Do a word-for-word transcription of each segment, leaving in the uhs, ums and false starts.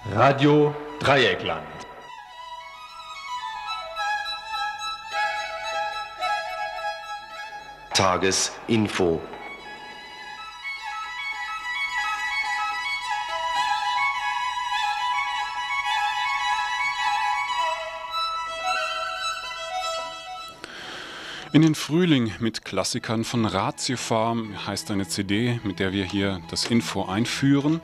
Radio Dreieckland. Tagesinfo. In den Frühling mit Klassikern von Ratiofarm heißt eine C D, mit der wir hier das Info einführen.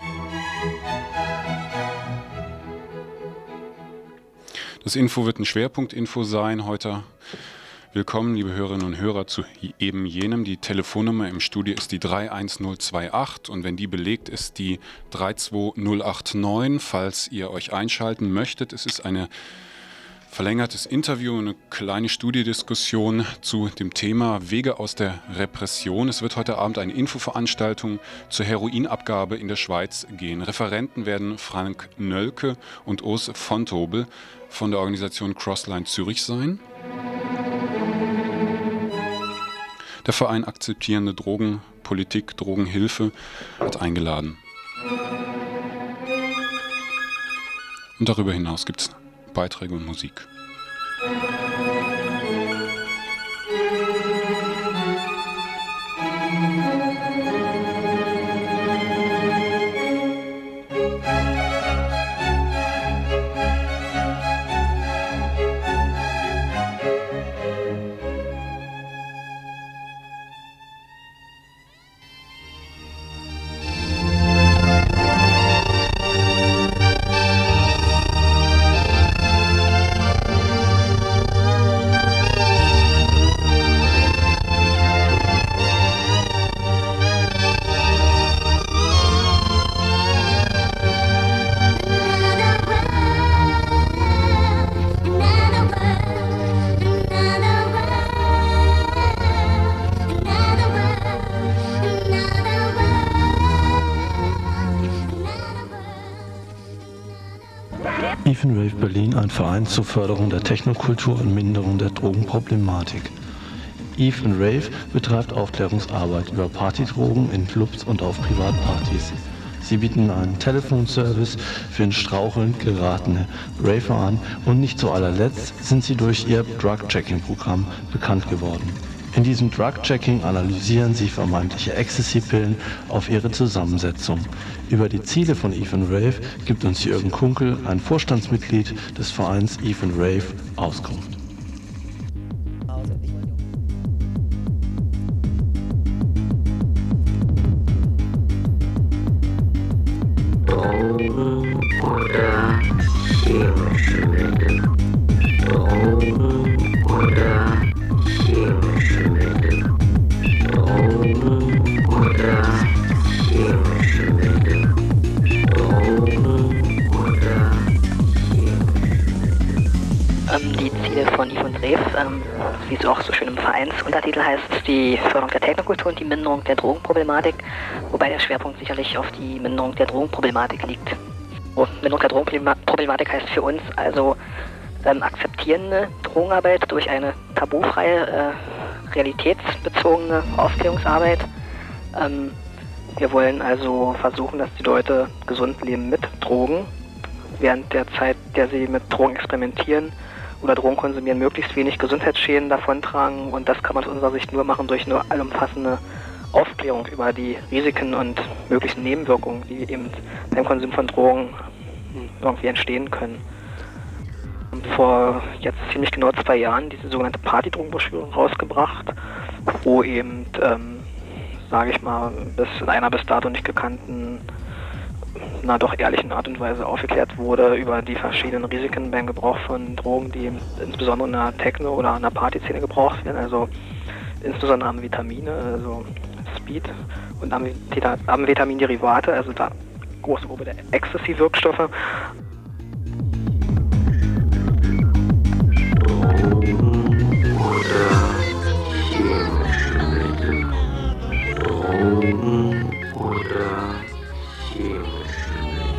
Das Info wird ein Schwerpunkt-Info sein heute. Willkommen, liebe Hörerinnen und Hörer, zu eben jenem. Die Telefonnummer im Studio ist die drei eins null zwei acht und wenn die belegt ist, die drei zwei null acht neun, falls ihr euch einschalten möchtet. Es ist ein verlängertes Interview, eine kleine Studiediskussion zu dem Thema Wege aus der Repression. Es wird heute Abend eine Infoveranstaltung zur Heroinabgabe in der Schweiz gehen. Referenten werden Frank Nölke und Urs Vontobel von der Organisation Crossline Zürich sein. Der Verein Akzeptierende Drogenpolitik, Drogenhilfe hat eingeladen. Und darüber hinaus gibt es Beiträge und Musik. Eve and Rave Berlin, ein Verein zur Förderung der Technokultur und Minderung der Drogenproblematik. Eve and Rave betreibt Aufklärungsarbeit über Partydrogen in Clubs und auf Privatpartys. Sie bieten einen Telefonservice für in Straucheln geratene Raver an und nicht zu allerletzt sind sie durch ihr Drug-Checking-Programm bekannt geworden. In diesem Drug-Checking analysieren sie vermeintliche Ecstasy-Pillen auf ihre Zusammensetzung. Über die Ziele von Eve and Rave gibt uns Jürgen Kunkel, ein Vorstandsmitglied des Vereins Eve and Rave, Auskunft. Drogen oder chemische Mittel. Drogen oder chemische Mittel. Drogen oder chemische Mittel. Drogen oder Ähm, die Ziele von Eve and Rave, ähm, wie es auch so schön im Vereinsuntertitel heißt, die Förderung der Technokultur und die Minderung der Drogenproblematik, wobei der Schwerpunkt sicherlich auf die Minderung der Drogenproblematik liegt. Oh, Minderung der Drogenproblematik heißt für uns also ähm, akzeptierende Drogenarbeit durch eine tabufreie, äh, realitätsbezogene Aufklärungsarbeit. Ähm, wir wollen also versuchen, dass die Leute gesund leben mit Drogen, während der Zeit, der sie mit Drogen experimentieren oder Drogen konsumieren, möglichst wenig Gesundheitsschäden davontragen, und das kann man aus unserer Sicht nur machen durch eine allumfassende Aufklärung über die Risiken und möglichen Nebenwirkungen, die eben beim Konsum von Drogen irgendwie entstehen können. Vor jetzt ziemlich genau zwei Jahren diese sogenannte Partydrogenbroschüre rausgebracht, wo eben, ähm, sage ich mal, bis in einer bis dato nicht gekannten, na doch ehrlichen Art und Weise aufgeklärt wurde über die verschiedenen Risiken beim Gebrauch von Drogen, die insbesondere in der Techno- oder in der Partyszene gebraucht werden, also insbesondere Amphetamine, also Speed und Amphetaminderivate, also da große Gruppe der Ecstasy-Wirkstoffe. Drogen oder chemische Mittel. Drogen oder chemische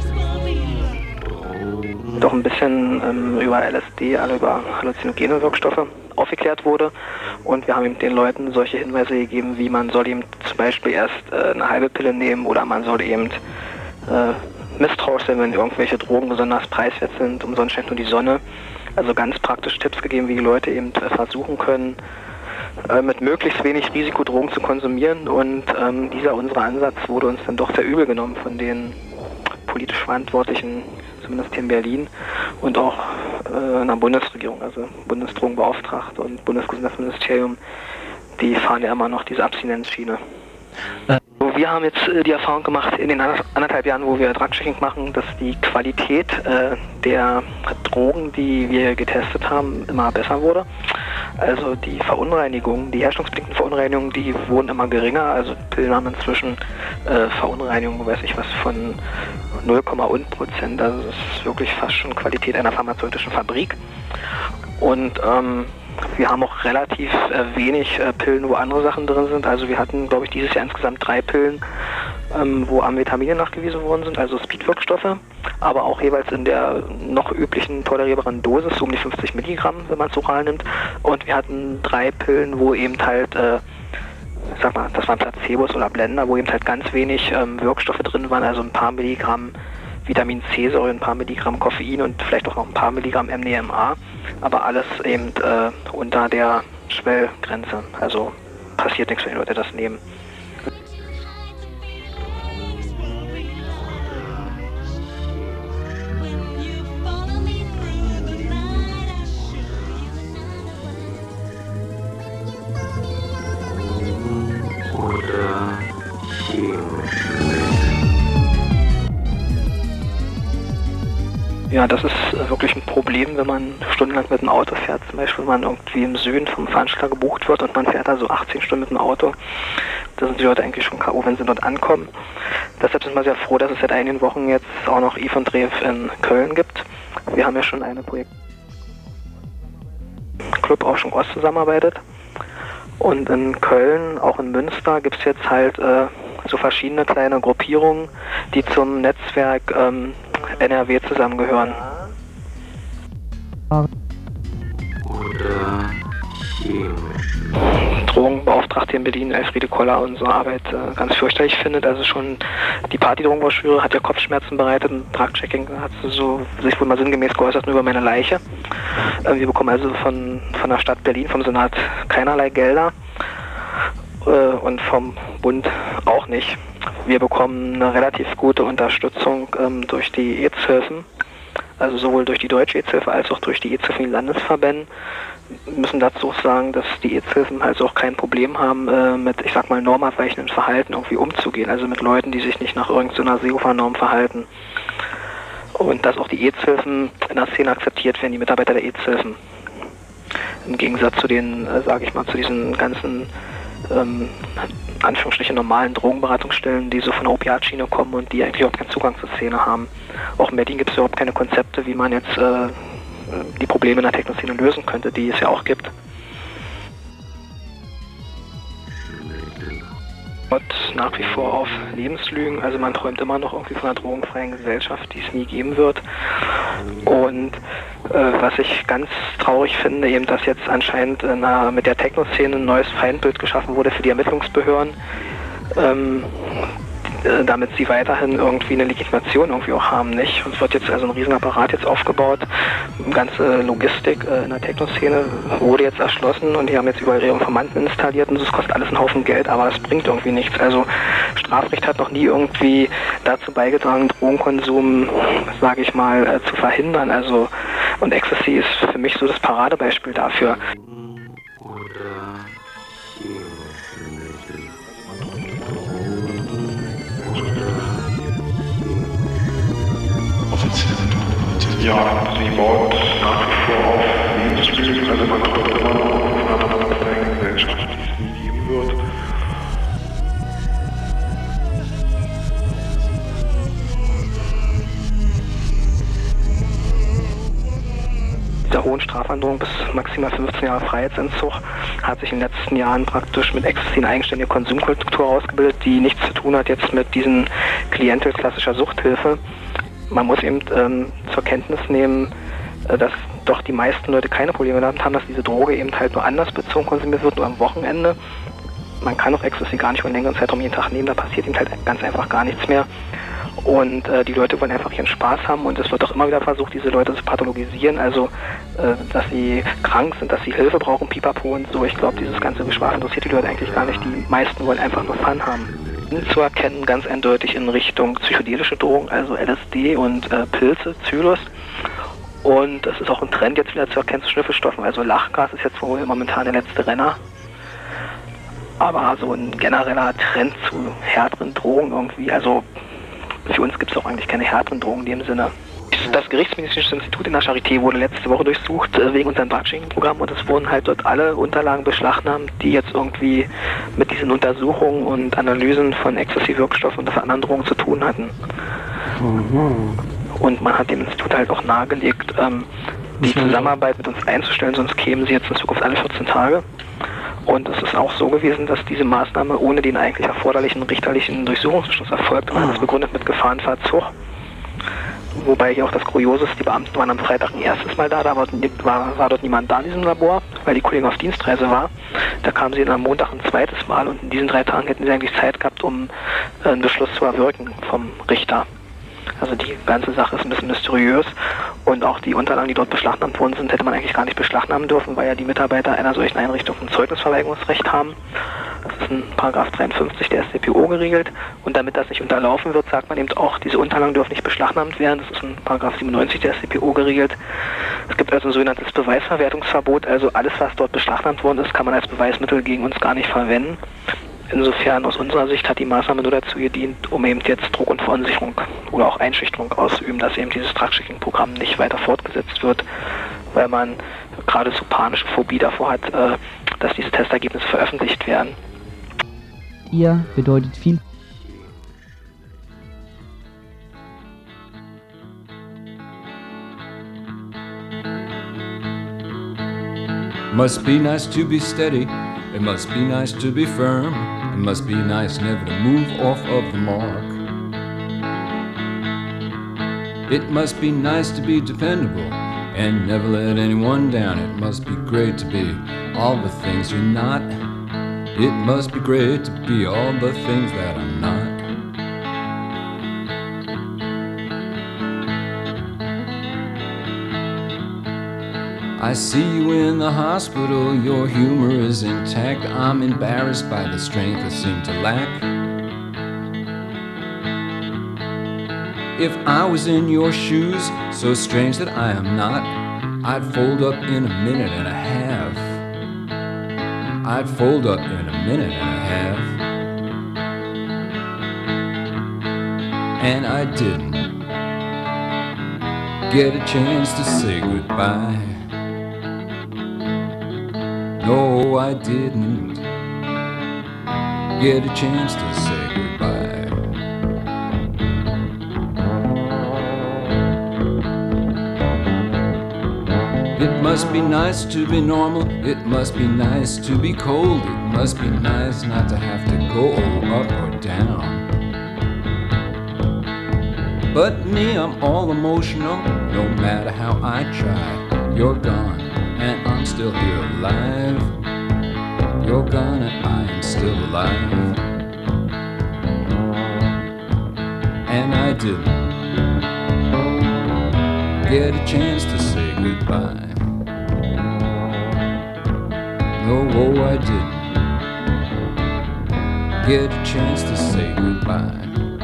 Mittel. Doch ein bisschen ähm, über L S D, alle über halluzinogene Wirkstoffe aufgeklärt wurde, und wir haben eben den Leuten solche Hinweise gegeben, wie man soll eben zum Beispiel erst äh, eine halbe Pille nehmen oder man soll eben äh, misstrauisch sind, wenn irgendwelche Drogen besonders preiswert sind. Umsonst scheint nur die Sonne. Also ganz praktische Tipps gegeben, wie die Leute eben äh, versuchen können, äh, mit möglichst wenig Risiko Drogen zu konsumieren. Und ähm, dieser unser Ansatz wurde uns dann doch sehr übel genommen von den politisch Verantwortlichen, zumindest hier in Berlin und auch äh, in der Bundesregierung, also Bundesdrogenbeauftragte und Bundesgesundheitsministerium, die fahren ja immer noch diese Abstinenzschiene. Äh. Wir haben jetzt äh, die Erfahrung gemacht in den anderthalb Jahren, wo wir Drug-Checking machen, dass die Qualität äh, der Drogen, die wir getestet haben, immer besser wurde. Also die Verunreinigungen, die herstellungsbedingten Verunreinigungen, die wurden immer geringer. Also Pillen haben inzwischen äh, Verunreinigungen, weiß ich was, von null Komma eins Prozent. Also das ist wirklich fast schon Qualität einer pharmazeutischen Fabrik. Und ähm, wir haben auch relativ äh, wenig äh, Pillen, wo andere Sachen drin sind. Also wir hatten, glaube ich, dieses Jahr insgesamt drei Pillen, ähm, wo Amphetamine nachgewiesen worden sind, also Speedwirkstoffe, aber auch jeweils in der noch üblichen tolerierbaren Dosis, so um die fünfzig Milligramm, wenn man es oral nimmt. Und wir hatten drei Pillen, wo eben halt, äh, ich sag mal, das waren Placebos oder Blender, wo eben halt ganz wenig ähm, Wirkstoffe drin waren, also ein paar Milligramm Vitamin C-Säure, ein paar Milligramm Koffein und vielleicht auch noch ein paar Milligramm M D M A, aber alles eben äh, unter der Schwellgrenze. Also passiert nichts, wenn die Leute das nehmen. Oder chemische Mittel. Ja, das ist äh, wirklich ein Problem, wenn man stundenlang mit dem Auto fährt. Zum Beispiel, wenn man irgendwie im Süden vom Veranstalter gebucht wird und man fährt da so achtzehn Stunden mit dem Auto. Da sind die Leute eigentlich schon K O, wenn sie dort ankommen. Deshalb sind wir sehr froh, dass es seit einigen Wochen jetzt auch noch Yves und Rev in Köln gibt. Wir haben ja schon eine Projekt Club Aufschwung Ost zusammenarbeitet. Und in Köln, auch in Münster, gibt es jetzt halt äh, so verschiedene kleine Gruppierungen, die zum Netzwerk ähm, N R W zusammengehören. Oder chemische Mittel. Drogenbeauftragte in Berlin, Elfriede Koller, unsere Arbeit äh, ganz fürchterlich findet. Also schon die Partydrogenbroschüre hat ja Kopfschmerzen bereitet und Drug-Checking hat so sich wohl mal sinngemäß geäußert, nur über meine Leiche. Äh, wir bekommen also von, von der Stadt Berlin, vom Senat keinerlei Gelder äh, und vom Bund auch nicht. Wir bekommen eine relativ gute Unterstützung ähm, durch die AIDS-Hilfen, also sowohl durch die Deutsche AIDS-Hilfe als auch durch die AIDS-Hilfen in den Landesverbänden. Wir müssen dazu auch sagen, dass die AIDS-Hilfen also auch kein Problem haben, äh, mit, ich sag mal, normabweichenden Verhalten irgendwie umzugehen, also mit Leuten, die sich nicht nach irgendeiner Seehofer-Norm verhalten. Und dass auch die AIDS-Hilfen in der Szene akzeptiert werden, die Mitarbeiter der AIDS-Hilfen. Im Gegensatz zu den, äh, sage ich mal, zu diesen ganzen ähm, Anführungsstrichen normalen Drogenberatungsstellen, die so von der Opiatschiene kommen und die eigentlich überhaupt keinen Zugang zur Szene haben. Auch in Berlin gibt es überhaupt keine Konzepte, wie man jetzt äh, die Probleme in der Techno-Szene lösen könnte, die es ja auch gibt. Und nach wie vor auf Lebenslügen, also man träumt immer noch irgendwie von einer drogenfreien Gesellschaft, die es nie geben wird. Und äh, was ich ganz traurig finde, eben, dass jetzt anscheinend in einer, mit der Techno-Szene ein neues Feindbild geschaffen wurde für die Ermittlungsbehörden, ähm, damit sie weiterhin irgendwie eine Legitimation irgendwie auch haben, nicht? Und es wird jetzt also ein Riesenapparat jetzt aufgebaut, die ganze Logistik äh, in der Techno-Szene wurde jetzt erschlossen und die haben jetzt überall ihre Informanten installiert und das kostet alles einen Haufen Geld, aber das bringt irgendwie nichts. Also Strafrecht hat noch nie irgendwie dazu beigetragen, Drogenkonsum, sage ich mal, äh, zu verhindern. Also und Ecstasy ist für mich so das Paradebeispiel dafür. Oder chemische Mittel. Ja, sie baut nach wie vor auf Lebenslügen, also man träumt immer noch von einer freien Gesellschaft, die es nie geben wird. Der hohen Strafandrohung bis maximal fünfzehn Jahre Freiheitsentzug hat sich in den letzten Jahren praktisch mit Ecstasy eine eigenständige Konsumkultur ausgebildet, die nichts zu tun hat jetzt mit diesen Klientel klassischer Suchthilfe. Man muss eben ähm, zur Kenntnis nehmen, äh, dass doch die meisten Leute keine Probleme damit haben, dass diese Droge eben halt nur anlassbezogen konsumiert wird, nur am Wochenende. Man kann auch Ecstasy gar nicht über einen längeren Zeitraum jeden Tag nehmen, da passiert eben halt ganz einfach gar nichts mehr. Und äh, die Leute wollen einfach ihren Spaß haben und es wird auch immer wieder versucht, diese Leute zu pathologisieren, also äh, dass sie krank sind, dass sie Hilfe brauchen, pipapo und so. Ich glaube, dieses ganze Geschwafel interessiert die Leute eigentlich gar nicht. Die meisten wollen einfach nur Fun haben. Zu erkennen ganz eindeutig in Richtung psychedelische Drogen, also L S D und äh, Pilze, Xylus. Und es ist auch ein Trend jetzt wieder zu erkennen zu Schnüffelstoffen. Also Lachgas ist jetzt wohl momentan der letzte Renner. Aber so ein genereller Trend zu härteren Drogen irgendwie, also für uns gibt es auch eigentlich keine härteren Drogen in dem Sinne. Das Gerichtsmedizinische Institut in der Charité wurde letzte Woche durchsucht äh, wegen unserem Drug-Checking-Programm und es wurden halt dort alle Unterlagen beschlagnahmt, die jetzt irgendwie mit diesen Untersuchungen und Analysen von Ecstasy-Wirkstoffen und anderen Drogen zu tun hatten. Mhm. Und man hat dem Institut halt auch nahegelegt, ähm, die Zusammenarbeit mit uns einzustellen, sonst kämen sie jetzt in Zukunft alle vierzehn Tage. Und es ist auch so gewesen, dass diese Maßnahme ohne den eigentlich erforderlichen richterlichen Durchsuchungsbeschluss erfolgt und das begründet mit Gefahrenverzug. Wobei hier auch das Kuriose ist, die Beamten waren am Freitag ein erstes Mal da, da war, war, war dort niemand da in diesem Labor, weil die Kollegin auf Dienstreise war. Da kamen sie dann am Montag ein zweites Mal und in diesen drei Tagen hätten sie eigentlich Zeit gehabt, um äh, einen Beschluss zu erwirken vom Richter. Also die ganze Sache ist ein bisschen mysteriös und auch die Unterlagen, die dort beschlagnahmt worden sind, hätte man eigentlich gar nicht beschlagnahmen dürfen, weil ja die Mitarbeiter einer solchen Einrichtung ein Zeugnisverweigerungsrecht haben. Das ist in Paragraph dreiundfünfzig der S t P O geregelt und damit das nicht unterlaufen wird, sagt man eben auch, diese Unterlagen dürfen nicht beschlagnahmt werden. Das ist in Paragraph siebenundneunzig der S t P O geregelt. Es gibt also ein sogenanntes Beweisverwertungsverbot, also alles, was dort beschlagnahmt worden ist, kann man als Beweismittel gegen uns gar nicht verwenden. Insofern aus unserer Sicht hat die Maßnahme nur dazu gedient, um eben jetzt Druck und Verunsicherung oder auch Einschüchterung auszuüben, dass eben dieses Drug-Checking-Programm nicht weiter fortgesetzt wird, weil man gerade so panische Phobie davor hat, äh, dass diese Testergebnisse veröffentlicht werden. Ihr bedeutet viel. Must be nice to be steady. It must be nice to be firm. It must be nice never to move off of the mark. It must be nice to be dependable and never let anyone down. It must be great to be all the things you're not. It must be great to be all the things that I'm not. I see you in the hospital, your humor is intact. I'm embarrassed by the strength I seem to lack. If I was in your shoes, so strange that I am not, I'd fold up in a minute and a half. I'd fold up in a minute and a half. And I didn't get a chance to say goodbye. No, I didn't get a chance to say goodbye. It must be nice to be normal. It must be nice to be cold. It must be nice not to have to go up or down. But me, I'm all emotional. No matter how I try, you're gone. And I'm still here alive. You're gone and I am still alive. And I didn't get a chance to say goodbye. No, oh, I didn't get a chance to say goodbye.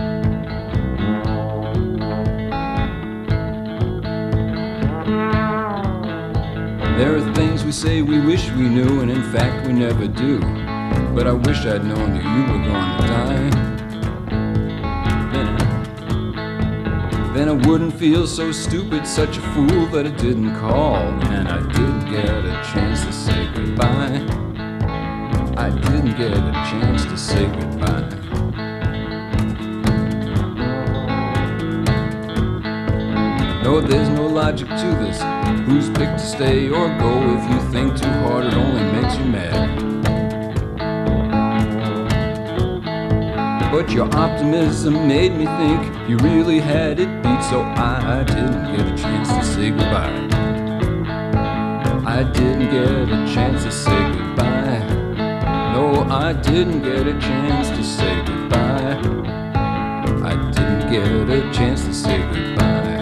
There are things we say we wish we knew, and in fact we never do. But I wish I'd known that you were going to die. Then I, then I wouldn't feel so stupid, such a fool that I didn't call. And I didn't get a chance to say goodbye. I didn't get a chance to say goodbye. No, there's no logic to this. Who's picked to stay or go? If you think too hard, it only makes you mad. But your optimism made me think you really had it beat, so I didn't get a chance to say goodbye. I didn't get a chance to say goodbye. No, I didn't get a chance to say goodbye. I didn't get a chance to say goodbye.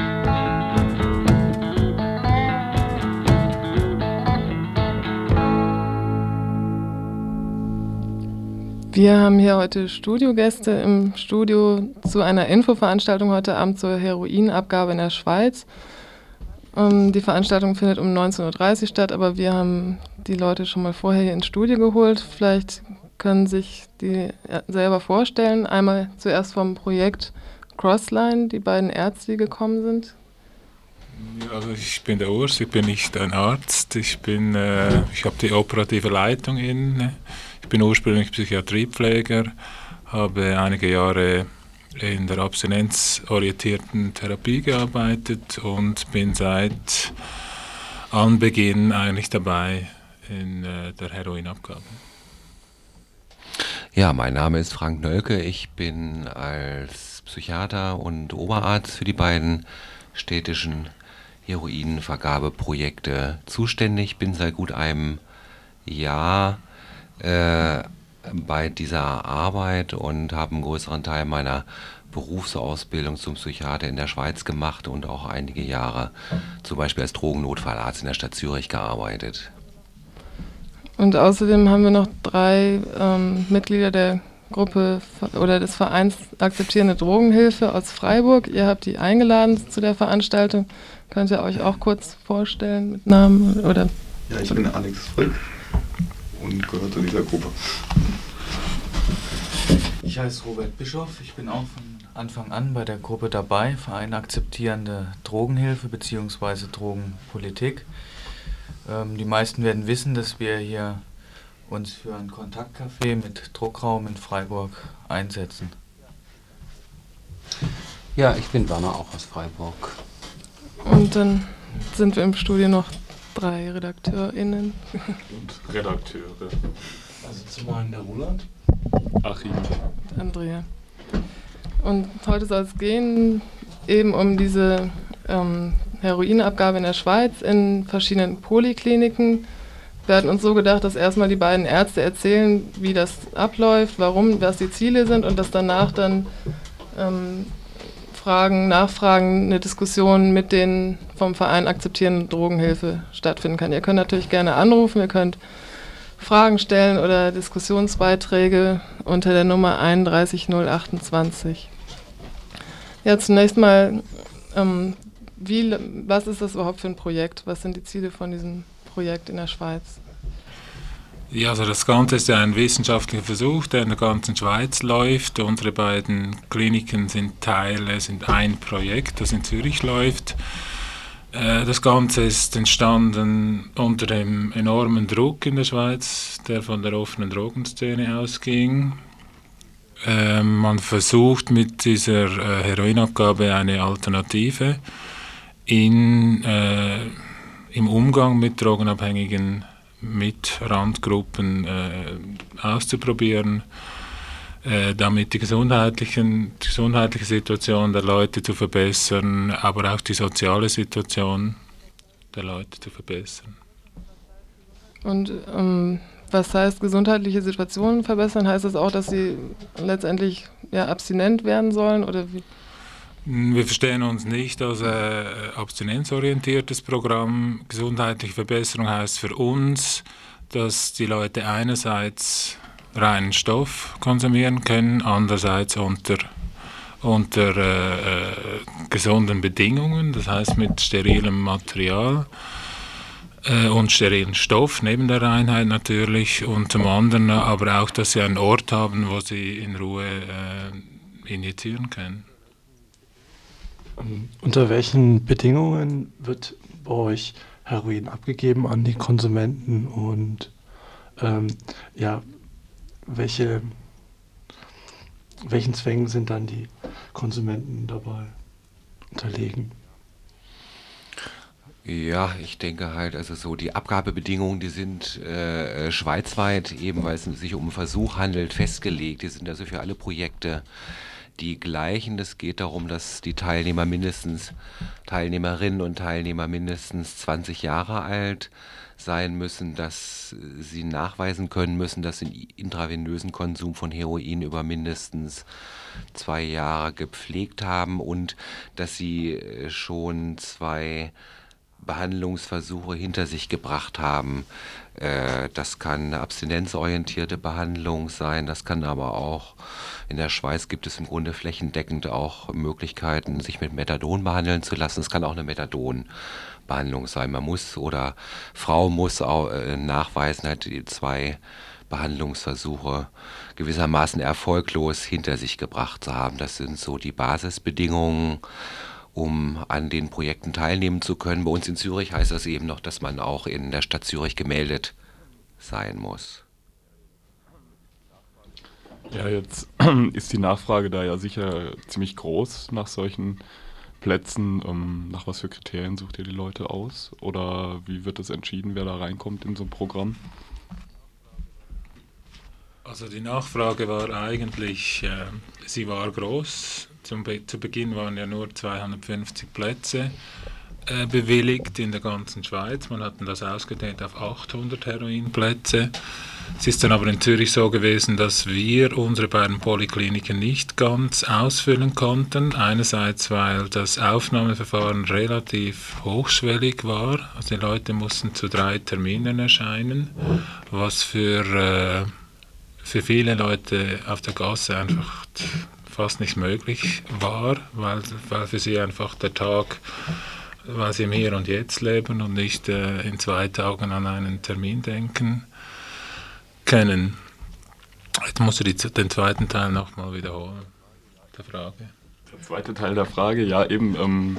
Wir haben hier heute Studiogäste im Studio zu einer Infoveranstaltung heute Abend zur Heroinabgabe in der Schweiz. Ähm, die Veranstaltung findet um neunzehn Uhr dreißig statt, aber wir haben die Leute schon mal vorher hier ins Studio geholt. Vielleicht können sich die selber vorstellen. Einmal zuerst vom Projekt Crossline, die beiden Ärzte, die gekommen sind. Ja, also ich bin der Urs, ich bin nicht ein Arzt. Ich bin, äh, ich habe die operative Leitung inne. Ich bin ursprünglich Psychiatriepfleger, habe einige Jahre in der abstinenzorientierten Therapie gearbeitet und bin seit Anbeginn eigentlich dabei in äh, der Heroinabgabe. Ja, mein Name ist Frank Nölke. Ich bin als Psychiater und Oberarzt für die beiden städtischen Heroinvergabeprojekte zuständig. Bin seit gut einem Jahr äh, bei dieser Arbeit und habe einen größeren Teil meiner Berufsausbildung zum Psychiater in der Schweiz gemacht und auch einige Jahre zum Beispiel als Drogennotfallarzt in der Stadt Zürich gearbeitet. Und außerdem haben wir noch drei ähm, Mitglieder der Gruppe oder des Vereins Akzeptierende Drogenhilfe aus Freiburg. Ihr habt die eingeladen zu der Veranstaltung. Könnt ihr euch auch kurz vorstellen mit Namen? Oder? Ja, ich bin Alex Frick und gehöre zu dieser Gruppe. Ich heiße Robert Bischoff. Ich bin auch von Anfang an bei der Gruppe dabei, Verein Akzeptierende Drogenhilfe bzw. Drogenpolitik. Ähm, die meisten werden wissen, dass wir hier uns für ein Kontaktcafé mit Druckraum in Freiburg einsetzen. Ja, ich bin Werner, auch aus Freiburg. Und dann sind wir im Studio noch drei RedakteurInnen. Und Redakteure. Also zum einen der Roland. Achim. Andrea. Und heute soll es gehen eben um diese ähm, Heroinabgabe in der Schweiz in verschiedenen Polikliniken. Wir hatten uns so gedacht, dass erstmal die beiden Ärzte erzählen, wie das abläuft, warum, was die Ziele sind und dass danach dann ähm, Fragen, Nachfragen, eine Diskussion mit den vom Verein Akzeptierende Drogenhilfe stattfinden kann. Ihr könnt natürlich gerne anrufen, ihr könnt Fragen stellen oder Diskussionsbeiträge unter der Nummer einunddreißig null achtundzwanzig. Ja, zunächst mal, ähm, wie, was ist das überhaupt für ein Projekt? Was sind die Ziele von diesem Projekt in der Schweiz? Ja, also das Ganze ist ja ein wissenschaftlicher Versuch, der in der ganzen Schweiz läuft. Unsere beiden Kliniken sind Teile, sind ein Projekt, das in Zürich läuft. Das Ganze ist entstanden unter dem enormen Druck in der Schweiz, der von der offenen Drogenszene ausging. Ähm, man versucht mit dieser äh, Heroinabgabe eine Alternative in, äh, im Umgang mit Drogenabhängigen, mit Randgruppen äh, auszuprobieren, äh, damit die, gesundheitlichen, die gesundheitliche Situation der Leute zu verbessern, aber auch die soziale Situation der Leute zu verbessern. Und ähm, was heißt gesundheitliche Situationen verbessern? Heißt das auch, dass sie letztendlich ja, abstinent werden sollen? Oder wie? Wir verstehen uns nicht als äh, abstinenzorientiertes Programm. Gesundheitliche Verbesserung heißt für uns, dass die Leute einerseits reinen Stoff konsumieren können, andererseits unter, unter äh, äh, gesunden Bedingungen, das heißt mit sterilem Material äh, und sterilen Stoff neben der Reinheit natürlich, und zum anderen aber auch, dass sie einen Ort haben, wo sie in Ruhe äh, injizieren können. Unter welchen Bedingungen wird bei euch Heroin abgegeben an die Konsumenten und ähm, ja, welche, welchen Zwängen sind dann die Konsumenten dabei unterlegen? Ja, ich denke halt, also so die Abgabebedingungen, die sind äh, schweizweit, eben weil es sich um einen Versuch handelt, festgelegt. Die sind also für alle Projekte die gleichen. Es geht darum, dass die Teilnehmer mindestens, Teilnehmerinnen und Teilnehmer mindestens zwanzig Jahre alt sein müssen, dass sie nachweisen können müssen, dass sie einen intravenösen Konsum von Heroin über mindestens zwei Jahre gepflegt haben und dass sie schon zwei Behandlungsversuche hinter sich gebracht haben. Äh, das kann eine abstinenzorientierte Behandlung sein, das kann aber auch, in der Schweiz gibt es im Grunde flächendeckend auch Möglichkeiten, sich mit Methadon behandeln zu lassen. Es kann auch eine Methadon-Behandlung sein. Man muss oder Frau muss auch äh, nachweisen, hat die zwei Behandlungsversuche gewissermaßen erfolglos hinter sich gebracht zu haben. Das sind so die Basisbedingungen, um an den Projekten teilnehmen zu können. Bei uns in Zürich heißt das eben noch, dass man auch in der Stadt Zürich gemeldet sein muss. Ja, jetzt ist die Nachfrage da ja sicher ziemlich groß nach solchen Plätzen. Ähm, nach was für Kriterien sucht ihr die Leute aus? Oder wie wird es entschieden, wer da reinkommt in so ein Programm? Also die Nachfrage war eigentlich, äh, sie war groß. Zum Be- zu Beginn waren ja nur zweihundertfünfzig Plätze äh, bewilligt in der ganzen Schweiz. Man hat das ausgedehnt auf achthundert Heroinplätze. Es ist dann aber in Zürich so gewesen, dass wir unsere beiden Polykliniken nicht ganz ausfüllen konnten. Einerseits, weil das Aufnahmeverfahren relativ hochschwellig war. Also die Leute mussten zu drei Terminen erscheinen, was für, äh, für viele Leute auf der Gasse einfach fast nicht möglich war, weil, weil für sie einfach der Tag, weil sie im Hier und Jetzt leben und nicht äh, in zwei Tagen an einen Termin denken können. Jetzt musst du die, den zweiten Teil nochmal wiederholen, der Frage. Der zweite Teil der Frage, ja eben, ähm,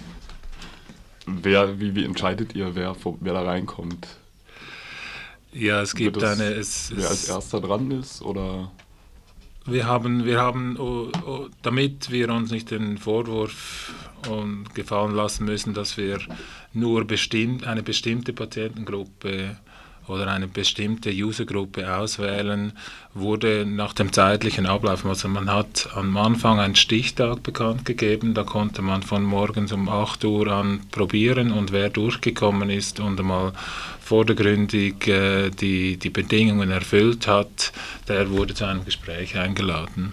wer, wie, wie entscheidet ihr, wer, wer da reinkommt? Ja, es gibt das, eine... Es, wer als erster dran ist, oder... Wir haben, wir haben oh, oh, damit wir uns nicht den Vorwurf und gefallen lassen müssen, dass wir nur bestimmt, eine bestimmte Patientengruppe oder eine bestimmte Usergruppe auswählen, wurde nach dem zeitlichen Ablauf, also man hat am Anfang einen Stichtag bekannt gegeben, da konnte man von morgens um acht Uhr an probieren und wer durchgekommen ist und einmal vordergründig äh, die, die Bedingungen erfüllt hat, der wurde zu einem Gespräch eingeladen.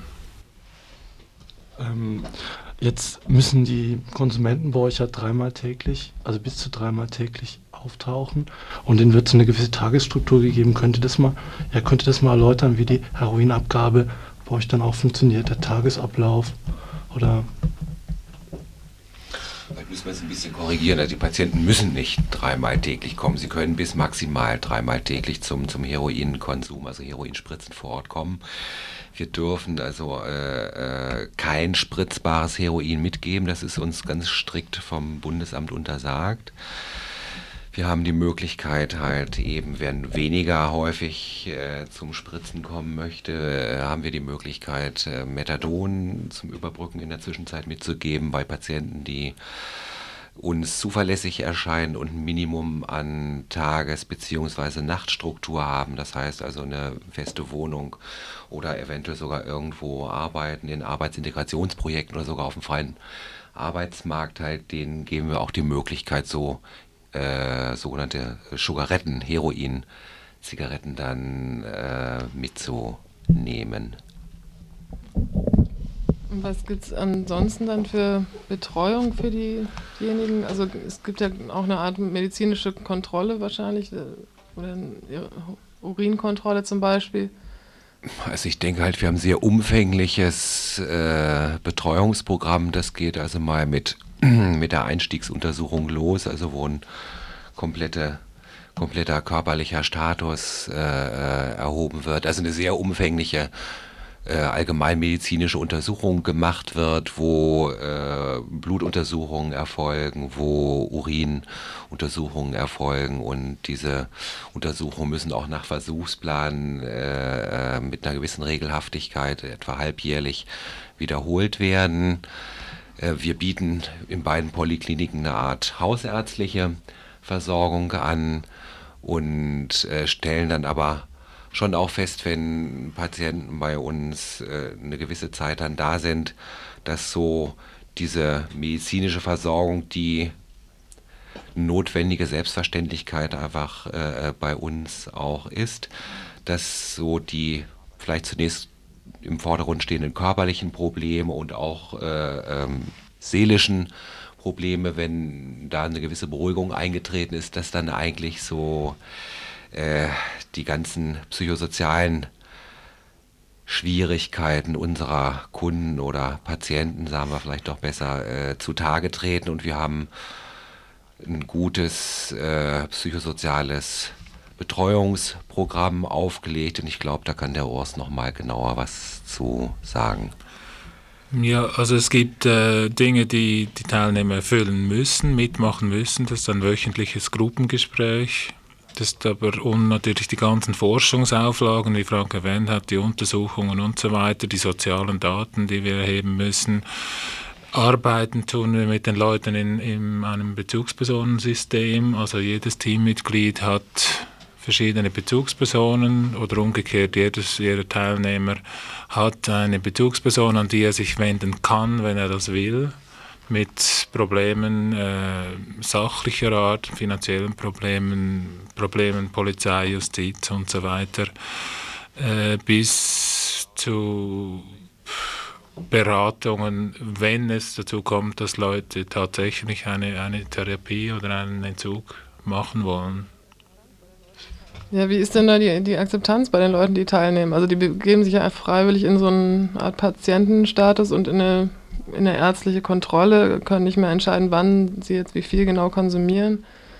Ähm, jetzt müssen die Konsumenten bei euch ja dreimal täglich, also bis zu dreimal täglich auftauchen und denen wird so eine gewisse Tagesstruktur gegeben. Könnte das mal, ja, könnte das mal erläutern, wie die Heroinabgabe bei euch dann auch funktioniert, der Tagesablauf oder... Vielleicht müssen wir es ein bisschen korrigieren. Also die Patienten müssen nicht dreimal täglich kommen. Sie können bis maximal dreimal täglich zum, zum Heroinkonsum, also Heroinspritzen vor Ort kommen. Wir dürfen also äh, äh, kein spritzbares Heroin mitgeben. Das ist uns ganz strikt vom Bundesamt untersagt. Wir haben die Möglichkeit halt eben, wenn weniger häufig äh, zum Spritzen kommen möchte, äh, haben wir die Möglichkeit, äh, Methadon zum Überbrücken in der Zwischenzeit mitzugeben bei Patienten, die uns zuverlässig erscheinen und ein Minimum an Tages- bzw. Nachtstruktur haben. Das heißt also eine feste Wohnung oder eventuell sogar irgendwo arbeiten in Arbeitsintegrationsprojekten oder sogar auf dem freien Arbeitsmarkt halt, denen geben wir auch die Möglichkeit, so Äh, sogenannte Sugaretten, Heroin-Zigaretten dann äh, mitzunehmen. Und was gibt es ansonsten dann für Betreuung für die, diejenigen? Also es gibt ja auch eine Art medizinische Kontrolle wahrscheinlich, oder eine Urinkontrolle zum Beispiel. Also ich denke halt, wir haben ein sehr umfängliches äh, Betreuungsprogramm. Das geht also mal mit, mit der Einstiegsuntersuchung los, also wo ein komplette, kompletter körperlicher Status äh, erhoben wird. Also eine sehr umfängliche äh, allgemeinmedizinische Untersuchung gemacht wird, wo äh, Blutuntersuchungen erfolgen, wo Urinuntersuchungen erfolgen und diese Untersuchungen müssen auch nach Versuchsplan äh, mit einer gewissen Regelhaftigkeit, etwa halbjährlich, wiederholt werden. Äh, wir bieten in beiden Polykliniken eine Art hausärztliche Versorgung an und äh, stellen dann aber schon auch fest, wenn Patienten bei uns äh, eine gewisse Zeit dann da sind, dass so diese medizinische Versorgung, die notwendige Selbstverständlichkeit einfach äh, bei uns auch ist, dass so die vielleicht zunächst im Vordergrund stehenden körperlichen Probleme und auch äh, ähm, seelischen Probleme, wenn da eine gewisse Beruhigung eingetreten ist, dass dann eigentlich so äh, die ganzen psychosozialen Schwierigkeiten unserer Kunden oder Patienten, sagen wir vielleicht doch besser, äh, zutage treten und wir haben ein gutes äh, psychosoziales Betreuungsprogramm aufgelegt und ich glaube, da kann der Urs noch mal genauer was zu sagen. Ja, also es gibt äh, Dinge, die die Teilnehmer erfüllen müssen, mitmachen müssen. Das ist ein wöchentliches Gruppengespräch. Das ist aber und natürlich die ganzen Forschungsauflagen, wie Frank erwähnt hat, die Untersuchungen und so weiter, die sozialen Daten, die wir erheben müssen. Arbeiten tun wir mit den Leuten in, in einem Bezugspersonensystem. Also jedes Teammitglied hat verschiedene Bezugspersonen oder umgekehrt, jedes, jeder Teilnehmer hat eine Bezugsperson, an die er sich wenden kann, wenn er das will, mit Problemen äh, sachlicher Art, finanziellen Problemen, Problemen Polizei, Justiz und so weiter, äh, bis zu Beratungen, wenn es dazu kommt, dass Leute tatsächlich eine, eine Therapie oder einen Entzug machen wollen. Ja, wie ist denn da die, die Akzeptanz bei den Leuten, die teilnehmen? Also die begeben sich ja freiwillig in so eine Art Patientenstatus und in eine, in eine ärztliche Kontrolle, können nicht mehr entscheiden, wann sie jetzt wie viel genau konsumieren.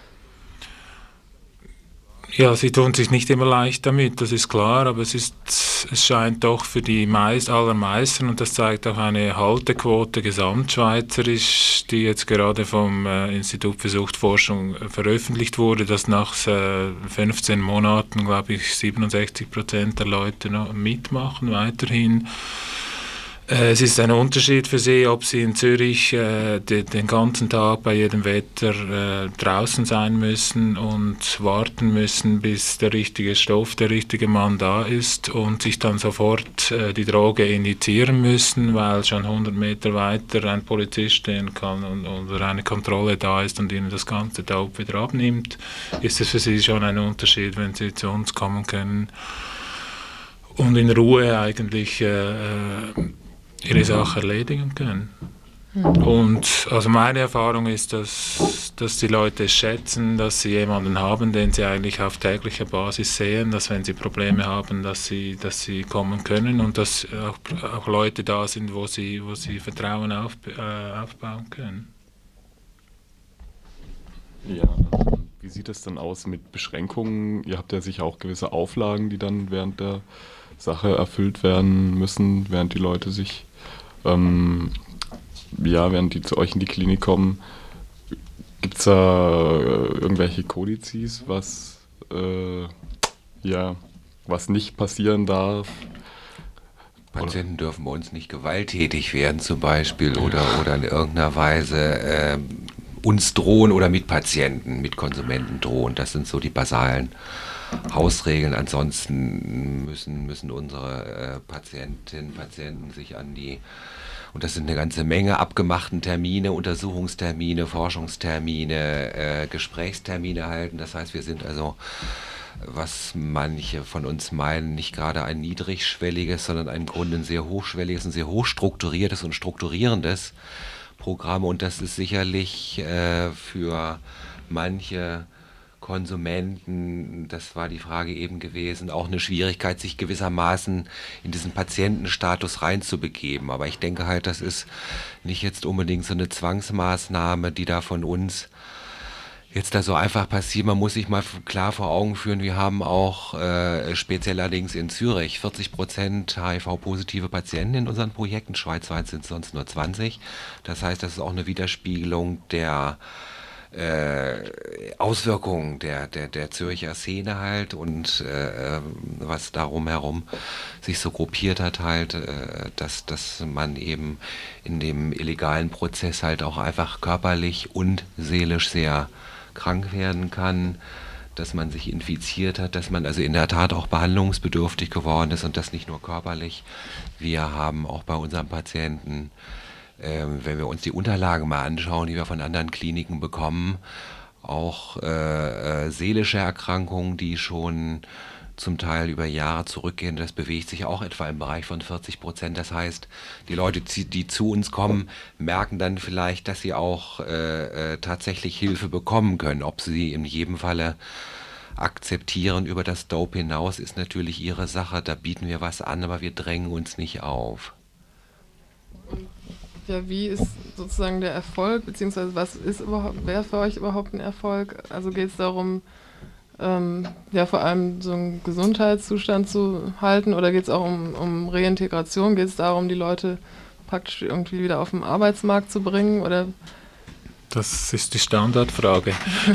Ja, sie tun sich nicht immer leicht damit, das ist klar, aber es ist, es scheint doch für die meist, allermeisten, und das zeigt auch eine Haltequote gesamtschweizerisch, die jetzt gerade vom äh, Institut für Suchtforschung äh, veröffentlicht wurde, dass nach äh, fünfzehn Monaten, glaube ich, siebenundsechzig Prozent der Leute noch mitmachen weiterhin. Es ist ein Unterschied für sie, ob sie in Zürich äh, de, den ganzen Tag bei jedem Wetter äh, draußen sein müssen und warten müssen, bis der richtige Stoff, der richtige Mann da ist und sich dann sofort äh, die Droge injizieren müssen, weil schon hundert Meter weiter ein Polizist stehen kann und, oder eine Kontrolle da ist und ihnen das ganze Dope wieder abnimmt, ist es für sie schon ein Unterschied, wenn sie zu uns kommen können und in Ruhe eigentlich äh, ihre Sache erledigen können. Mhm. Und also meine Erfahrung ist, dass, dass die Leute es schätzen, dass sie jemanden haben, den sie eigentlich auf täglicher Basis sehen, dass wenn sie Probleme haben, dass sie, dass sie kommen können und dass auch, auch Leute da sind, wo sie, wo sie Vertrauen auf, äh, aufbauen können. Ja, wie sieht es dann aus mit Beschränkungen? Ihr habt ja sicher auch gewisse Auflagen, die dann während der Sache erfüllt werden müssen, während die Leute sich Ähm, ja, während die zu euch in die Klinik kommen. Gibt es da äh, irgendwelche Kodizes, was, äh, ja, was nicht passieren darf? Patienten oder? Dürfen bei uns nicht gewalttätig werden zum Beispiel oder, oder in irgendeiner Weise äh, uns drohen oder mit Patienten, mit Konsumenten drohen. Das sind so die basalen Hausregeln. Ansonsten müssen, müssen unsere äh, Patientinnen und Patienten sich an die, und das sind eine ganze Menge, abgemachten Termine, Untersuchungstermine, Forschungstermine, äh, Gesprächstermine halten. Das heißt, wir sind also, was manche von uns meinen, nicht gerade ein niedrigschwelliges, sondern im Grunde ein sehr hochschwelliges, ein sehr hochstrukturiertes und strukturierendes Programm. Und das ist sicherlich äh, für manche Konsumenten, das war die Frage eben gewesen, auch eine Schwierigkeit, sich gewissermaßen in diesen Patientenstatus reinzubegeben. Aber ich denke halt, das ist nicht jetzt unbedingt so eine Zwangsmaßnahme, die da von uns jetzt da so einfach passiert. Man muss sich mal klar vor Augen führen, wir haben auch äh, speziell allerdings in Zürich vierzig Prozent H I V-positive Patienten in unseren Projekten, schweizweit sind es sonst nur zwanzig. Das heißt, das ist auch eine Widerspiegelung der Äh, Auswirkungen der, der, der Zürcher Szene halt und äh, was darum herum sich so gruppiert hat halt, äh, dass, dass man eben in dem illegalen Prozess halt auch einfach körperlich und seelisch sehr krank werden kann, dass man sich infiziert hat, dass man also in der Tat auch behandlungsbedürftig geworden ist und das nicht nur körperlich. Wir haben auch bei unseren Patienten, äh, wenn wir uns die Unterlagen mal anschauen, die wir von anderen Kliniken bekommen, auch äh, äh, seelische Erkrankungen, die schon zum Teil über Jahre zurückgehen. Das bewegt sich auch etwa im Bereich von vierzig Prozent. Das heißt, die Leute, die zu uns kommen, merken dann vielleicht, dass sie auch äh, äh, tatsächlich Hilfe bekommen können. Ob sie in jedem Falle akzeptieren über das Dope hinaus, ist natürlich ihre Sache. Da bieten wir was an, aber wir drängen uns nicht auf. Ja, wie ist sozusagen der Erfolg, beziehungsweise was ist überhaupt, wäre für euch überhaupt ein Erfolg? Also geht es darum, ähm, ja vor allem so einen Gesundheitszustand zu halten, oder geht es auch um, um Reintegration? Geht es darum, die Leute praktisch irgendwie wieder auf den Arbeitsmarkt zu bringen, oder? Das ist die Standardfrage.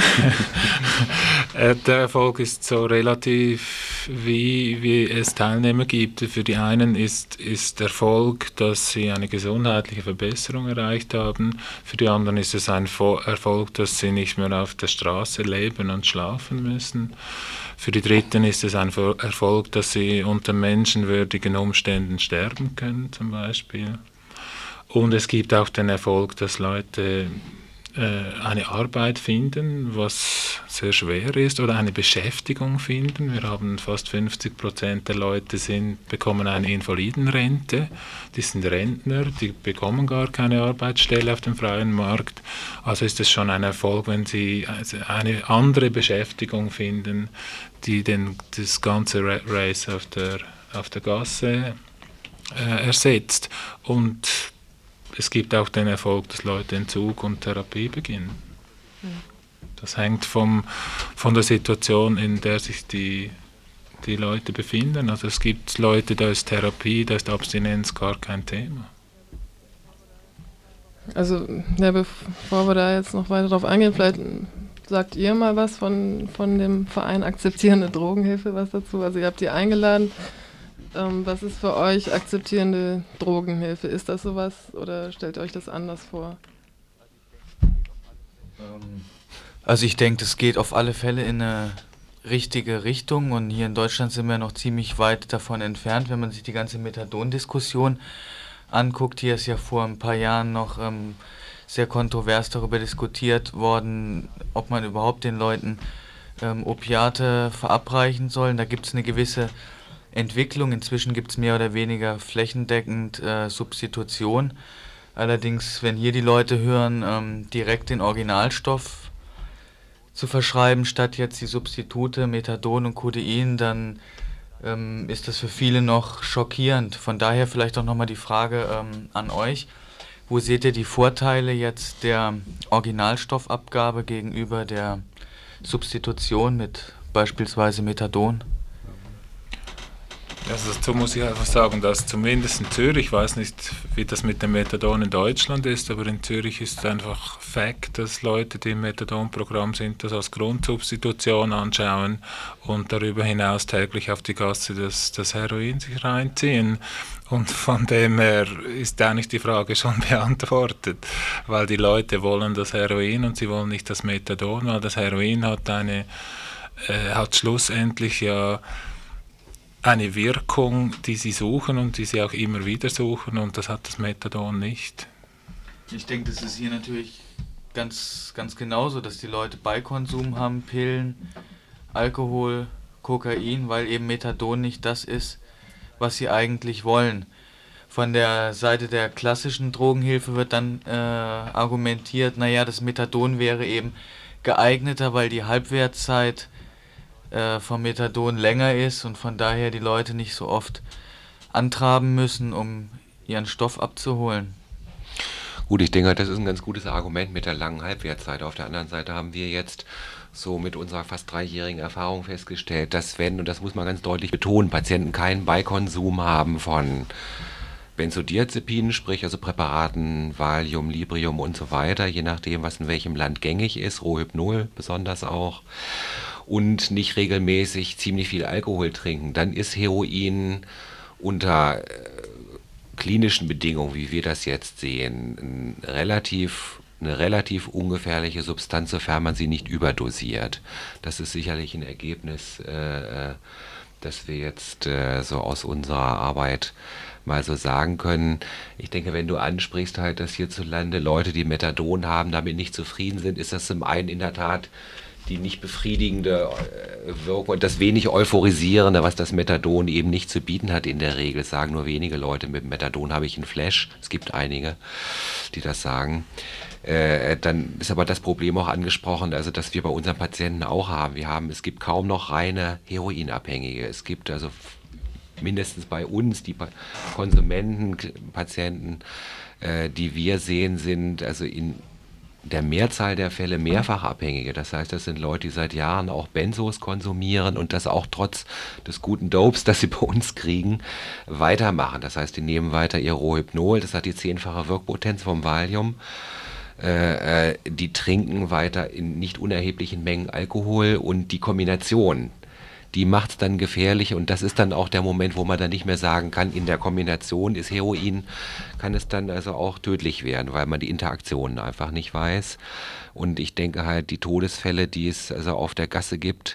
Der Erfolg ist so relativ, wie, wie es Teilnehmer gibt. Für die einen ist, ist Erfolg, dass sie eine gesundheitliche Verbesserung erreicht haben. Für die anderen ist es ein Erfolg, dass sie nicht mehr auf der Straße leben und schlafen müssen. Für die Dritten ist es ein Erfolg, dass sie unter menschenwürdigen Umständen sterben können, zum Beispiel. Und es gibt auch den Erfolg, dass Leute eine Arbeit finden, was sehr schwer ist, oder eine Beschäftigung finden. Wir haben fast fünfzig Prozent der Leute sind, bekommen eine Invalidenrente, die sind Rentner, die bekommen gar keine Arbeitsstelle auf dem freien Markt. Also ist es schon ein Erfolg, wenn sie eine andere Beschäftigung finden, die den, das ganze Race auf der, auf der Gasse äh, ersetzt. Und es gibt auch den Erfolg, dass Leute Entzug und Therapie beginnen. Das hängt vom, von der Situation, in der sich die, die Leute befinden. Also es gibt Leute, da ist Therapie, da ist Abstinenz gar kein Thema. Also, ja, bevor wir da jetzt noch weiter drauf eingehen, vielleicht sagt ihr mal was von, von dem Verein Akzeptierende Drogenhilfe, was dazu. Also ihr habt die eingeladen. Ähm, was ist für euch akzeptierende Drogenhilfe? Ist das sowas oder stellt ihr euch das anders vor? Also ich denke, das geht auf alle Fälle in eine richtige Richtung, und hier in Deutschland sind wir noch ziemlich weit davon entfernt, wenn man sich die ganze Methadon-Diskussion anguckt. Hier ist ja vor ein paar Jahren noch ähm, sehr kontrovers darüber diskutiert worden, ob man überhaupt den Leuten ähm, Opiate verabreichen soll. Da gibt es eine gewisse Entwicklung. Inzwischen gibt es mehr oder weniger flächendeckend äh, Substitution. Allerdings, wenn hier die Leute hören, ähm, direkt den Originalstoff zu verschreiben, statt jetzt die Substitute Methadon und Codein, dann ähm, ist das für viele noch schockierend. Von daher vielleicht auch nochmal die Frage ähm, an euch. Wo seht ihr die Vorteile jetzt der Originalstoffabgabe gegenüber der Substitution mit beispielsweise Methadon? Also dazu muss ich einfach sagen, dass zumindest in Zürich, ich weiß nicht, wie das mit dem Methadon in Deutschland ist, aber in Zürich ist es einfach Fakt, dass Leute, die im Methadon-Programm sind, das als Grundsubstitution anschauen und darüber hinaus täglich auf die Gasse das, das Heroin sich reinziehen. Und von dem her ist eigentlich die Frage schon beantwortet, weil die Leute wollen das Heroin und sie wollen nicht das Methadon, weil das Heroin hat eine, äh, hat schlussendlich ja eine Wirkung, die sie suchen und die sie auch immer wieder suchen, und das hat das Methadon nicht. Ich denke, das ist hier natürlich ganz, ganz genauso, dass die Leute Beikonsum haben, Pillen, Alkohol, Kokain, weil eben Methadon nicht das ist, was sie eigentlich wollen. Von der Seite der klassischen Drogenhilfe wird dann äh, argumentiert, naja, das Methadon wäre eben geeigneter, weil die Halbwertszeit vom Methadon länger ist und von daher die Leute nicht so oft antraben müssen, um ihren Stoff abzuholen. Gut, ich denke, das ist ein ganz gutes Argument mit der langen Halbwertszeit. Auf der anderen Seite haben wir jetzt so mit unserer fast dreijährigen Erfahrung festgestellt, dass wenn, und das muss man ganz deutlich betonen, Patienten keinen Beikonsum haben von Benzodiazepinen, sprich also Präparaten, Valium, Librium und so weiter, je nachdem, was in welchem Land gängig ist, Rohypnol besonders auch, und nicht regelmäßig ziemlich viel Alkohol trinken, dann ist Heroin unter äh, klinischen Bedingungen, wie wir das jetzt sehen, ein relativ eine relativ ungefährliche Substanz, sofern man sie nicht überdosiert. Das ist sicherlich ein Ergebnis, äh, das wir jetzt äh, so aus unserer Arbeit mal so sagen können. Ich denke, wenn du ansprichst halt, dass hierzulande Leute, die Methadon haben, damit nicht zufrieden sind, ist das zum einen in der Tat die nicht befriedigende Wirkung und das wenig Euphorisierende, was das Methadon eben nicht zu bieten hat in der Regel. Das sagen nur wenige Leute, mit Methadon habe ich einen Flash. Es gibt einige, die das sagen. Äh, dann ist aber das Problem auch angesprochen, also dass wir bei unseren Patienten auch haben. Wir haben, es gibt kaum noch reine Heroinabhängige. Es gibt also mindestens bei uns die Konsumenten, Patienten, äh, die wir sehen, sind also in der Mehrzahl der Fälle Mehrfachabhängige. Das heißt, das sind Leute, die seit Jahren auch Benzos konsumieren und das auch trotz des guten Dopes, das sie bei uns kriegen, weitermachen. Das heißt, die nehmen weiter ihr Rohypnol, das hat die zehnfache Wirkpotenz vom Valium. Äh, äh, die trinken weiter in nicht unerheblichen Mengen Alkohol und die Kombination, die macht es dann gefährlich und das ist dann auch der Moment, wo man dann nicht mehr sagen kann, in der Kombination ist Heroin, kann es dann also auch tödlich werden, weil man die Interaktionen einfach nicht weiß. Und ich denke halt, die Todesfälle, die es also auf der Gasse gibt,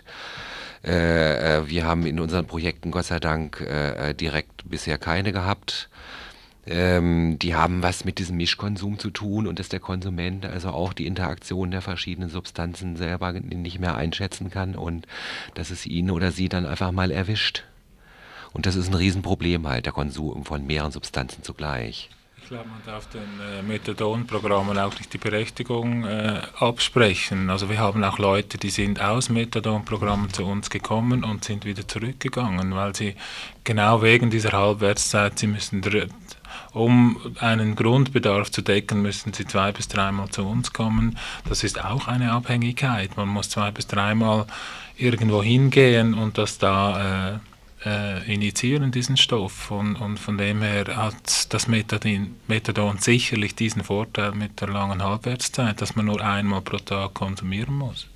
äh, wir haben in unseren Projekten Gott sei Dank äh, direkt bisher keine gehabt. Ähm, die haben was mit diesem Mischkonsum zu tun und dass der Konsument also auch die Interaktion der verschiedenen Substanzen selber nicht mehr einschätzen kann und dass es ihn oder sie dann einfach mal erwischt. Und das ist ein Riesenproblem halt, der Konsum von mehreren Substanzen zugleich. Ich glaube, man darf den äh, Methadon-Programmen auch nicht die Berechtigung äh, absprechen. Also wir haben auch Leute, die sind aus Methadon-Programmen zu uns gekommen und sind wieder zurückgegangen, weil sie genau wegen dieser Halbwertszeit, sie müssen um einen Grundbedarf zu decken, müssen sie zwei bis dreimal zu uns kommen. Das ist auch eine Abhängigkeit. Man muss zwei bis dreimal irgendwo hingehen und das da äh, äh, initiieren, diesen Stoff. Und, und von dem her hat das Methadon, Methadon sicherlich diesen Vorteil mit der langen Halbwertszeit, dass man nur einmal pro Tag konsumieren muss.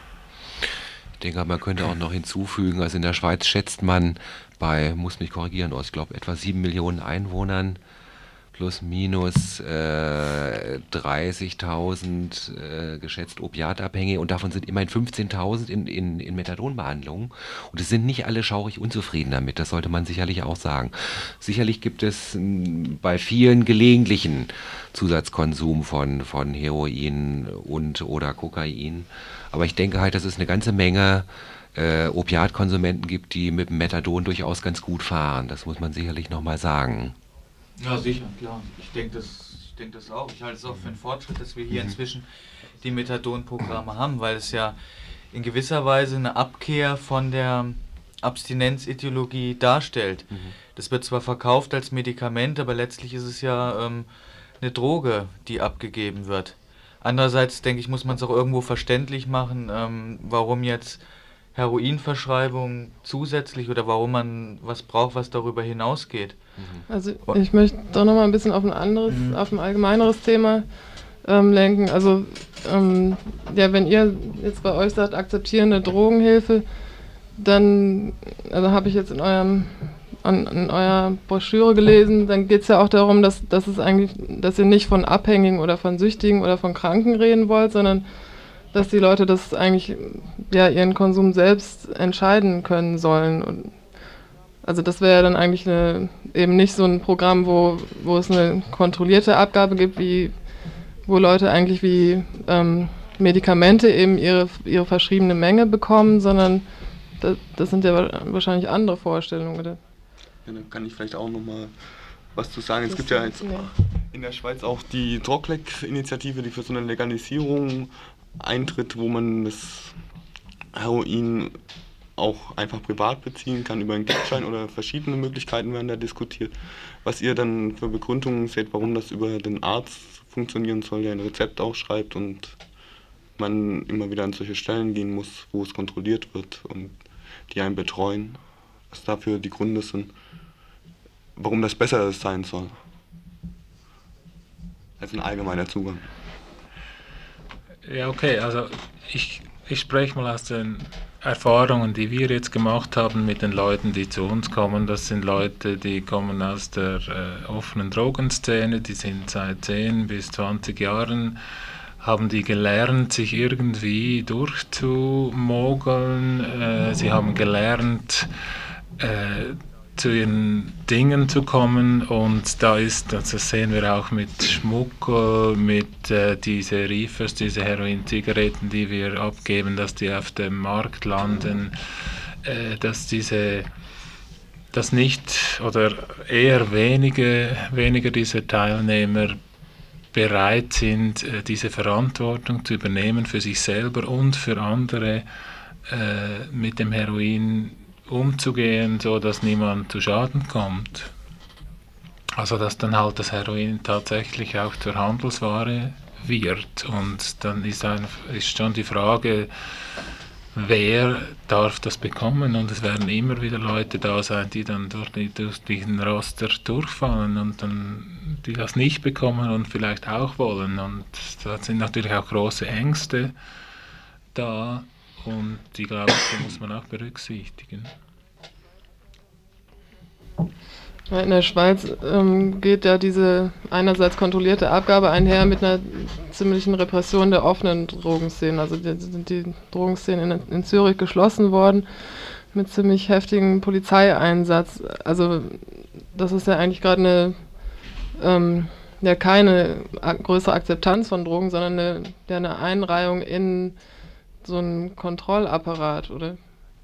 Ich denke, man könnte auch noch hinzufügen, also in der Schweiz schätzt man bei, muss mich korrigieren, ich glaube etwa sieben Millionen Einwohnern plus minus äh, dreißigtausend äh, geschätzt Opiatabhängige und davon sind immerhin fünfzehntausend in, in, in Methadonbehandlung und es sind nicht alle schaurig unzufrieden damit, das sollte man sicherlich auch sagen. Sicherlich gibt es m, bei vielen gelegentlichen Zusatzkonsum von, von Heroin und oder Kokain, aber ich denke halt, dass es eine ganze Menge äh, Opiatkonsumenten gibt, die mit dem Methadon durchaus ganz gut fahren, das muss man sicherlich nochmal sagen. Ja, sicher, klar. Ich denke das, ich denk das auch. Ich halte es auch für einen Fortschritt, dass wir hier inzwischen die Methadon-Programme haben, weil es ja in gewisser Weise eine Abkehr von der Abstinenzideologie darstellt. Mhm. Das wird zwar verkauft als Medikament, aber letztlich ist es ja ähm, eine Droge, die abgegeben wird. Andererseits, denke ich, muss man es auch irgendwo verständlich machen, ähm, warum jetzt Heroinverschreibung zusätzlich oder warum man was braucht, was darüber hinausgeht. Also ich möchte doch noch mal ein bisschen auf ein anderes, mhm. auf ein allgemeineres Thema ähm, lenken. Also ähm, ja, wenn ihr jetzt bei euch sagt, akzeptierende Drogenhilfe, dann, also habe ich jetzt in eurem an, in eurer Broschüre gelesen, dann geht es ja auch darum, dass, dass es eigentlich, dass ihr nicht von Abhängigen oder von Süchtigen oder von Kranken reden wollt, sondern dass die Leute das eigentlich, ja, ihren Konsum selbst entscheiden können sollen. Und also das wäre ja dann eigentlich eine, eben nicht so ein Programm, wo, wo es eine kontrollierte Abgabe gibt, wie wo Leute eigentlich wie ähm, Medikamente eben ihre, ihre verschriebene Menge bekommen, sondern das, das sind ja wahrscheinlich andere Vorstellungen, oder? Ja, dann kann ich vielleicht auch nochmal was zu sagen. Es gibt ja jetzt in der Schweiz auch die Droglec-Initiative, die für so eine Legalisierung eintritt, wo man das Heroin auch einfach privat beziehen kann über einen Gutschein oder verschiedene Möglichkeiten werden da diskutiert. Was ihr dann für Begründungen seht, warum das über den Arzt funktionieren soll, der ein Rezept auch schreibt und man immer wieder an solche Stellen gehen muss, wo es kontrolliert wird und die einen betreuen, was dafür die Gründe sind, warum das besser sein soll als ein allgemeiner Zugang. Ja, okay, also ich, ich spreche mal aus den Erfahrungen, die wir jetzt gemacht haben mit den Leuten, die zu uns kommen. Das sind Leute, die kommen aus der äh, offenen Drogenszene, die sind seit zehn bis zwanzig Jahren haben die gelernt, sich irgendwie durchzumogeln. Äh, sie haben gelernt, äh, zu ihren Dingen zu kommen, und da ist, also das sehen wir auch mit Schmuggel, mit äh, diese Reefers, diese Heroin-Zigaretten, die wir abgeben, dass die auf dem Markt landen, äh, dass diese dass nicht oder eher wenige, weniger dieser Teilnehmer bereit sind, diese Verantwortung zu übernehmen für sich selber und für andere, äh, mit dem Heroin umzugehen, so dass niemand zu Schaden kommt. Also dass dann halt das Heroin tatsächlich auch zur Handelsware wird, und dann ist, ein, ist schon die Frage, wer darf das bekommen, und es werden immer wieder Leute da sein, die dann durch, die, durch diesen Raster durchfallen und dann die das nicht bekommen und vielleicht auch wollen, und da sind natürlich auch große Ängste da, und die, glaube ich, die muss man auch berücksichtigen. In der Schweiz ähm, geht ja diese einerseits kontrollierte Abgabe einher mit einer ziemlichen Repression der offenen Drogenszenen. Also die, sind die Drogenszenen in, in Zürich geschlossen worden mit ziemlich heftigem Polizeieinsatz. Also das ist ja eigentlich gerade eine, ähm, ja keine größere Akzeptanz von Drogen, sondern eine, ja, eine Einreihung in so einen Kontrollapparat, oder?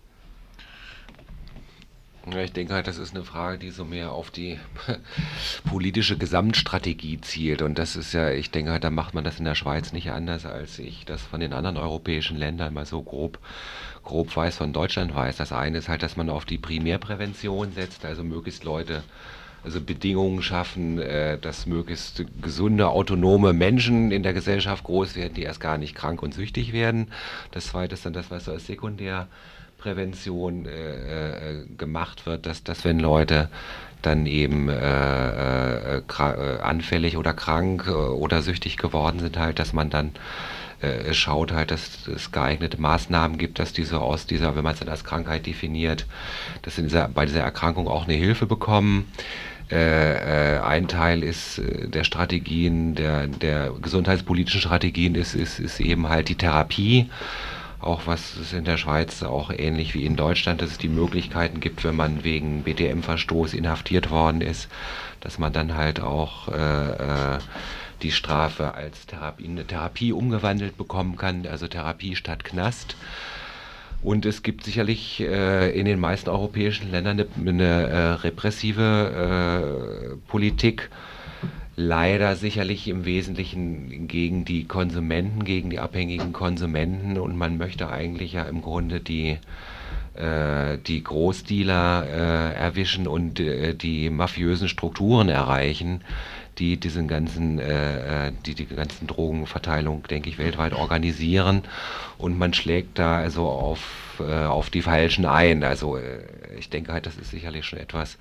Ja, ich denke halt, das ist eine Frage, die so mehr auf die politische Gesamtstrategie zielt. Und das ist ja, ich denke halt, da macht man das in der Schweiz nicht anders, als ich das von den anderen europäischen Ländern mal so grob, grob weiß, von Deutschland weiß. Das eine ist halt, dass man auf die Primärprävention setzt, also möglichst Leute, also Bedingungen schaffen, äh, dass möglichst gesunde, autonome Menschen in der Gesellschaft groß werden, die erst gar nicht krank und süchtig werden. Das zweite ist dann das, was so als sekundär Prävention äh, äh, gemacht wird, dass, dass wenn Leute dann eben äh, äh, anfällig oder krank äh, oder süchtig geworden sind, halt, dass man dann äh, schaut halt, dass es geeignete Maßnahmen gibt, dass die so aus dieser, wenn man es dann als Krankheit definiert, dass in dieser, bei dieser Erkrankung auch eine Hilfe bekommen. Äh, äh, ein Teil ist äh, der Strategien, der, der gesundheitspolitischen Strategien ist, ist, ist eben halt die Therapie. Auch was es in der Schweiz auch ähnlich wie in Deutschland, dass es die Möglichkeiten gibt, wenn man wegen B D M-Verstoß inhaftiert worden ist, dass man dann halt auch äh, äh, die Strafe als Therapie, in eine Therapie umgewandelt bekommen kann, also Therapie statt Knast. Und es gibt sicherlich äh, in den meisten europäischen Ländern eine, eine äh, repressive äh, Politik, leider sicherlich im Wesentlichen gegen die Konsumenten, gegen die abhängigen Konsumenten, und man möchte eigentlich ja im Grunde die, äh, die Großdealer äh, erwischen und äh, die mafiösen Strukturen erreichen, die diesen ganzen, äh, die die ganzen Drogenverteilung, denke ich, weltweit organisieren, und man schlägt da also auf, äh, auf die Falschen ein. Also äh, ich denke halt, das ist sicherlich schon etwas,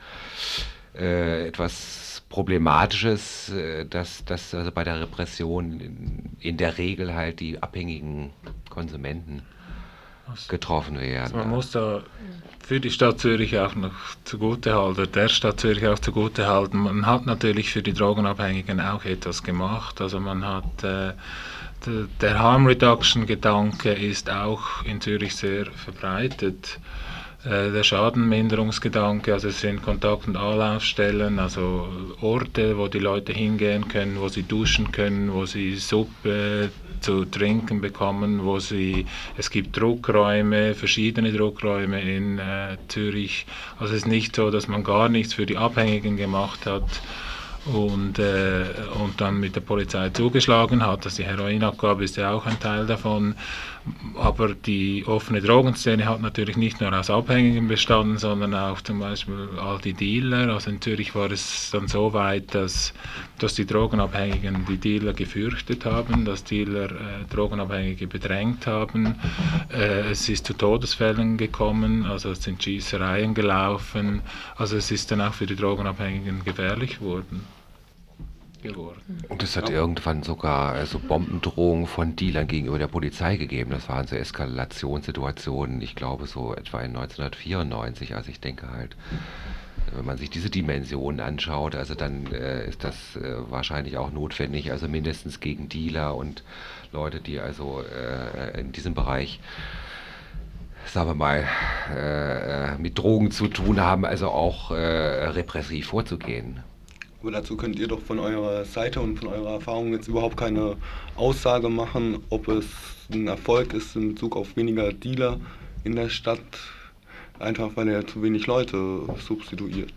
äh, etwas Problematisches, dass, dass also bei der Repression in, in der Regel halt die abhängigen Konsumenten getroffen werden. Also man muss da für die Stadt Zürich auch noch zugutehalten, der Stadt Zürich auch zugutehalten, man hat natürlich für die Drogenabhängigen auch etwas gemacht. Also man hat, äh, der Harm Reduction Gedanke ist auch in Zürich sehr verbreitet. Der Schadenminderungsgedanke, also es sind Kontakt- und Anlaufstellen, also Orte, wo die Leute hingehen können, wo sie duschen können, wo sie Suppe zu trinken bekommen, wo sie, es gibt Druckräume, verschiedene Druckräume in äh, Zürich. Also es ist nicht so, dass man gar nichts für die Abhängigen gemacht hat und, äh, und dann mit der Polizei zugeschlagen hat. Also die Heroinabgabe ist ja auch ein Teil davon. Aber die offene Drogenszene hat natürlich nicht nur aus Abhängigen bestanden, sondern auch zum Beispiel all die Dealer. Also in Zürich war es dann so weit, dass, dass die Drogenabhängigen die Dealer gefürchtet haben, dass Dealer äh, Drogenabhängige bedrängt haben. Äh, es ist zu Todesfällen gekommen, also es sind Schießereien gelaufen. Also es ist dann auch für die Drogenabhängigen gefährlich geworden. geworden. Und es hat irgendwann sogar also Bombendrohungen von Dealern gegenüber der Polizei gegeben. Das waren so Eskalationssituationen, ich glaube so etwa in neunzehnhundertvierundneunzig. Also ich denke halt, Wenn man sich diese Dimension anschaut, also dann äh, ist das äh, wahrscheinlich auch notwendig, also mindestens gegen Dealer und Leute, die also äh, in diesem Bereich, sagen wir mal, äh, mit Drogen zu tun haben, also auch äh, repressiv vorzugehen. Aber dazu könnt ihr doch von eurer Seite und von eurer Erfahrung jetzt überhaupt keine Aussage machen, ob es ein Erfolg ist in Bezug auf weniger Dealer in der Stadt, einfach weil er zu wenig Leute substituiert.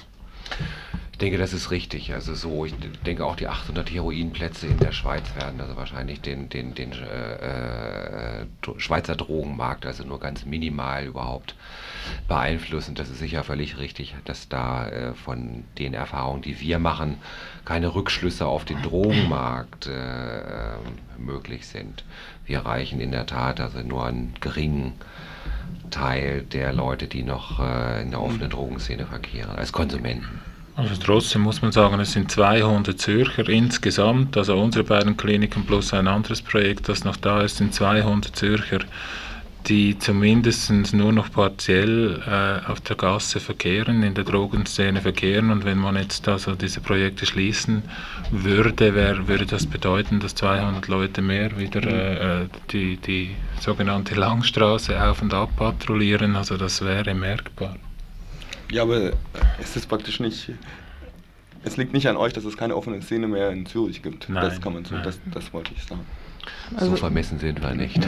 Ich denke, das ist richtig. Also so, ich denke auch die achthundert Heroinplätze in der Schweiz werden also wahrscheinlich den, den, den äh, äh, Schweizer Drogenmarkt also nur ganz minimal überhaupt beeinflussen. Das ist sicher völlig richtig, dass da äh, von den Erfahrungen, die wir machen, keine Rückschlüsse auf den Drogenmarkt äh, äh, möglich sind. Wir erreichen in der Tat also nur einen geringen Teil der Leute, die noch äh, in der offenen Drogenszene verkehren, als Konsumenten. Also trotzdem muss man sagen, es sind zweihundert Zürcher insgesamt, also unsere beiden Kliniken plus ein anderes Projekt, das noch da ist, sind zweihundert Zürcher, die zumindest nur noch partiell äh, auf der Gasse verkehren, in der Drogenszene verkehren. Und wenn man jetzt also diese Projekte schließen würde, wär, würde das bedeuten, dass zweihundert Leute mehr wieder äh, die, die sogenannte Langstraße auf und ab patrouillieren, also das wäre merkbar. Ja, aber es ist praktisch nicht, es liegt nicht an euch, dass es keine offene Szene mehr in Zürich gibt. Nein, das kann man so, das, das wollte ich sagen. Also, so vermessen sind wir nicht.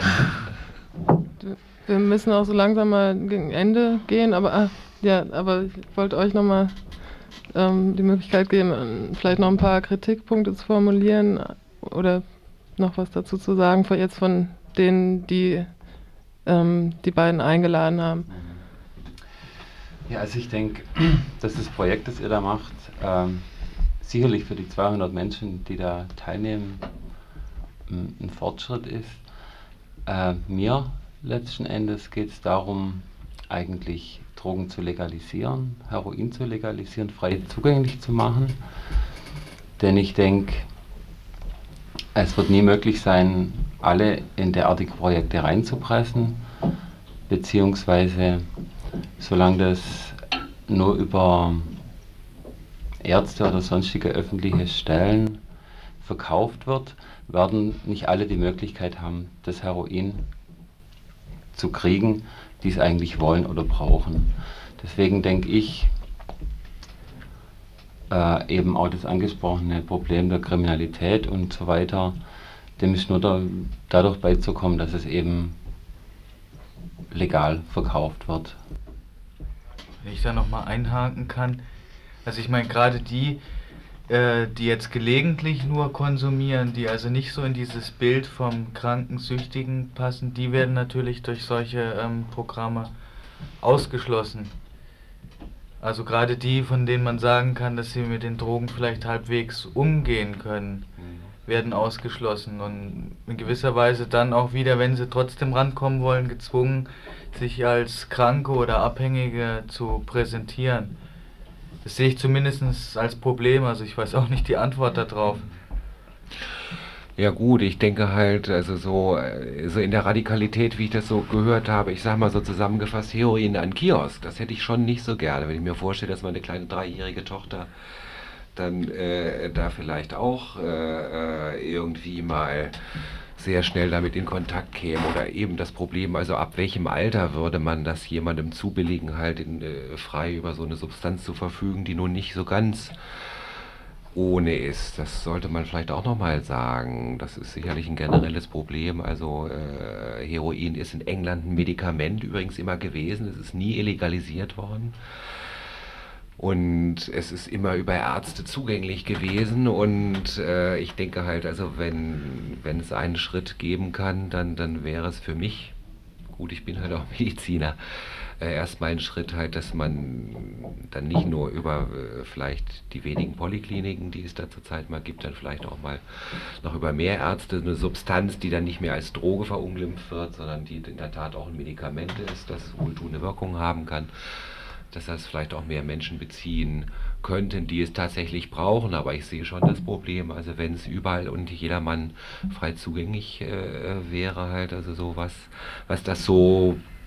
Wir müssen auch so langsam mal gegen Ende gehen, aber ach, ja, aber ich wollte euch nochmal ähm, die Möglichkeit geben, vielleicht noch ein paar Kritikpunkte zu formulieren oder noch was dazu zu sagen, von jetzt von denen, die ähm, die beiden eingeladen haben. Ja, also ich denke, dass das Projekt, das ihr da macht, ähm, sicherlich für die zweihundert Menschen, die da teilnehmen, ein, ein Fortschritt ist. Äh, mir letzten Endes geht es darum, eigentlich Drogen zu legalisieren, Heroin zu legalisieren, frei zugänglich zu machen. Denn ich denke, es wird nie möglich sein, alle in derartige Projekte reinzupressen, beziehungsweise solange das nur über Ärzte oder sonstige öffentliche Stellen verkauft wird, werden nicht alle die Möglichkeit haben, das Heroin zu kriegen, die es eigentlich wollen oder brauchen. Deswegen denke ich, äh, eben auch das angesprochene Problem der Kriminalität und so weiter, dem ist nur da, dadurch beizukommen, dass es eben legal verkauft wird. Wenn ich da nochmal einhaken kann, also ich meine gerade die, äh, die jetzt gelegentlich nur konsumieren, die also nicht so in dieses Bild vom kranken Süchtigen passen, die werden natürlich durch solche ähm, Programme ausgeschlossen. Also gerade die, von denen man sagen kann, dass sie mit den Drogen vielleicht halbwegs umgehen können, werden ausgeschlossen und in gewisser Weise dann auch wieder, wenn sie trotzdem rankommen wollen, gezwungen, sich als Kranke oder Abhängige zu präsentieren. Das sehe ich zumindest als Problem, also ich weiß auch nicht die Antwort darauf. Ja gut, ich denke halt, also so, so in der Radikalität, wie ich das so gehört habe, ich sag mal so zusammengefasst, Heroin an Kiosk, das hätte ich schon nicht so gerne, wenn ich mir vorstelle, dass meine kleine dreijährige Tochter dann äh, da vielleicht auch äh, irgendwie mal sehr schnell damit in Kontakt käme oder eben das Problem, also ab welchem Alter würde man das jemandem zubilligen, halt in, äh, frei über so eine Substanz zu verfügen, die nun nicht so ganz ohne ist. Das sollte man vielleicht auch nochmal sagen. Das ist sicherlich ein generelles Problem. Also äh, Heroin ist in England ein Medikament übrigens immer gewesen. Es ist nie illegalisiert worden. Und es ist immer über Ärzte zugänglich gewesen und äh, ich denke halt, also wenn, wenn es einen Schritt geben kann, dann, dann wäre es für mich, gut, ich bin halt auch Mediziner, äh, erstmal ein Schritt halt, dass man dann nicht nur über äh, vielleicht die wenigen Polykliniken, die es da zurzeit mal gibt, dann vielleicht auch mal noch über mehr Ärzte, eine Substanz, die dann nicht mehr als Droge verunglimpft wird, sondern die in der Tat auch ein Medikament ist, das wohltuende Wirkung haben kann, dass das vielleicht auch mehr Menschen beziehen könnten, die es tatsächlich brauchen. Aber ich sehe schon das Problem, also wenn es überall und jedermann frei zugänglich äh, wäre, halt, also sowas, was das so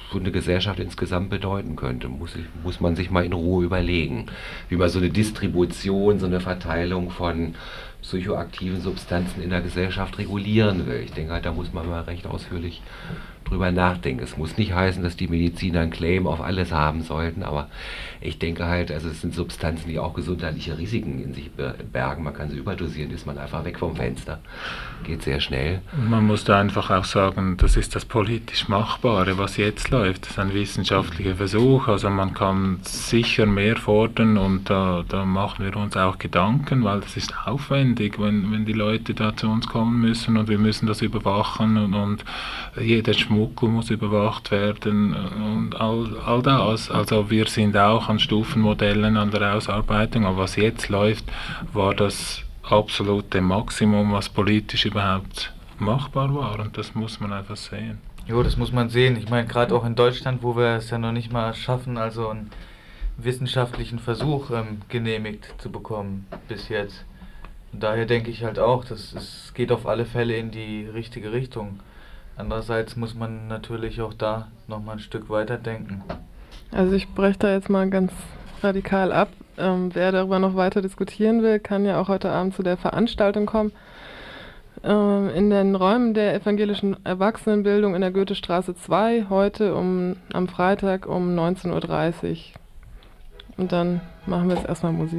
so eine Gesellschaft insgesamt bedeuten könnte. Muss, ich, muss man sich mal in Ruhe überlegen, wie man so eine Distribution, so eine Verteilung von psychoaktiven Substanzen in der Gesellschaft regulieren will. Ich denke halt, da muss man mal recht ausführlich drüber nachdenken. Es muss nicht heißen, dass die Mediziner einen Claim auf alles haben sollten, aber ich denke halt, also es sind Substanzen, die auch gesundheitliche Risiken in sich bergen. Man kann sie überdosieren, ist man einfach weg vom Fenster. Geht sehr schnell. Und man muss da einfach auch sagen, das ist das politisch Machbare, was jetzt läuft. Das ist ein wissenschaftlicher Versuch, also man kann sicher mehr fordern und da, da machen wir uns auch Gedanken, weil das ist aufwendig, wenn, wenn die Leute da zu uns kommen müssen und wir müssen das überwachen und, und jeder Schmuggel muss überwacht werden und all, all das. Also wir sind auch an Stufenmodellen an der Ausarbeitung, aber was jetzt läuft, war das absolute Maximum, was politisch überhaupt machbar war und das muss man einfach sehen. Jo, das muss man sehen. Ich meine, gerade auch in Deutschland, wo wir es ja noch nicht mal schaffen, also einen wissenschaftlichen Versuch ähm, genehmigt zu bekommen bis jetzt. Und daher denke ich halt auch, dass es geht auf alle Fälle in die richtige Richtung. Andererseits muss man natürlich auch da nochmal ein Stück weiter denken. Also ich breche da jetzt mal ganz radikal ab. Ähm, wer darüber noch weiter diskutieren will, kann ja auch heute Abend zu der Veranstaltung kommen. Ähm, in den Räumen der evangelischen Erwachsenenbildung in der Goethestraße zwei, heute um, am Freitag um neunzehn Uhr dreißig. Und dann machen wir jetzt erstmal Musik.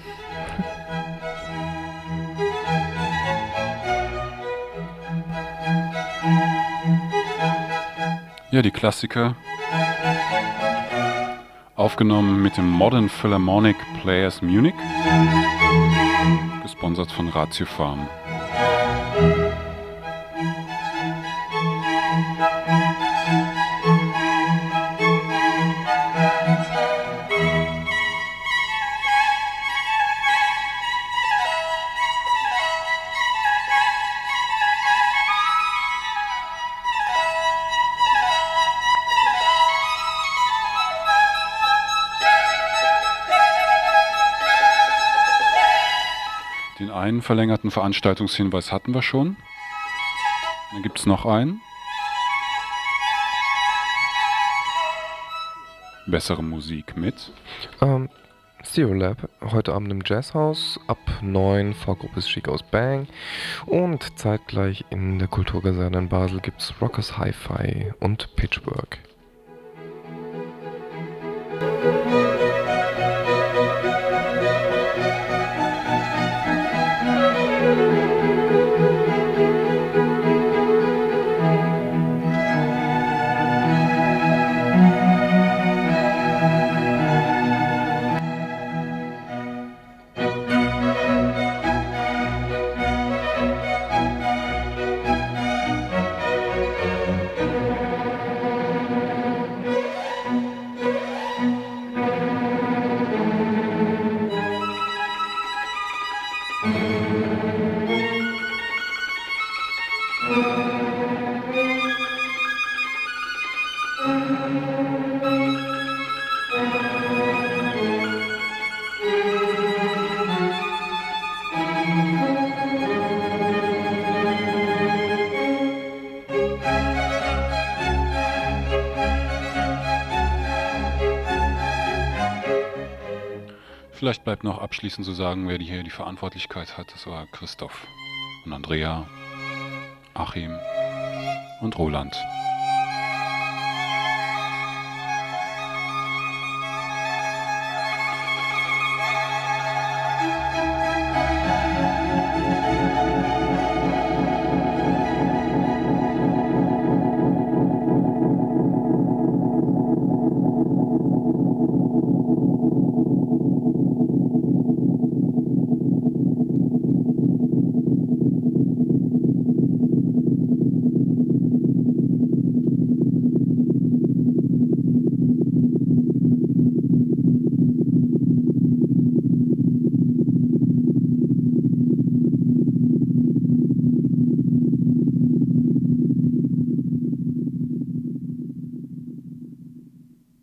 Ja, die Klassiker. Aufgenommen mit dem Modern Philharmonic Players Munich. Gesponsert von Ratio Farm. Einen verlängerten Veranstaltungshinweis hatten wir schon. Dann gibt es noch einen. Bessere Musik mit ähm, Zero Lab, heute Abend im Jazzhaus, ab neun, Vorgruppe ist Chic aus Bang. Und zeitgleich in der Kulturkaserne in Basel gibt es Rockers Hi-Fi und Pitchwork. Vielleicht bleibt noch abschließend zu sagen, wer die hier die Verantwortlichkeit hat. Das war Christoph und Andrea, Achim und Roland.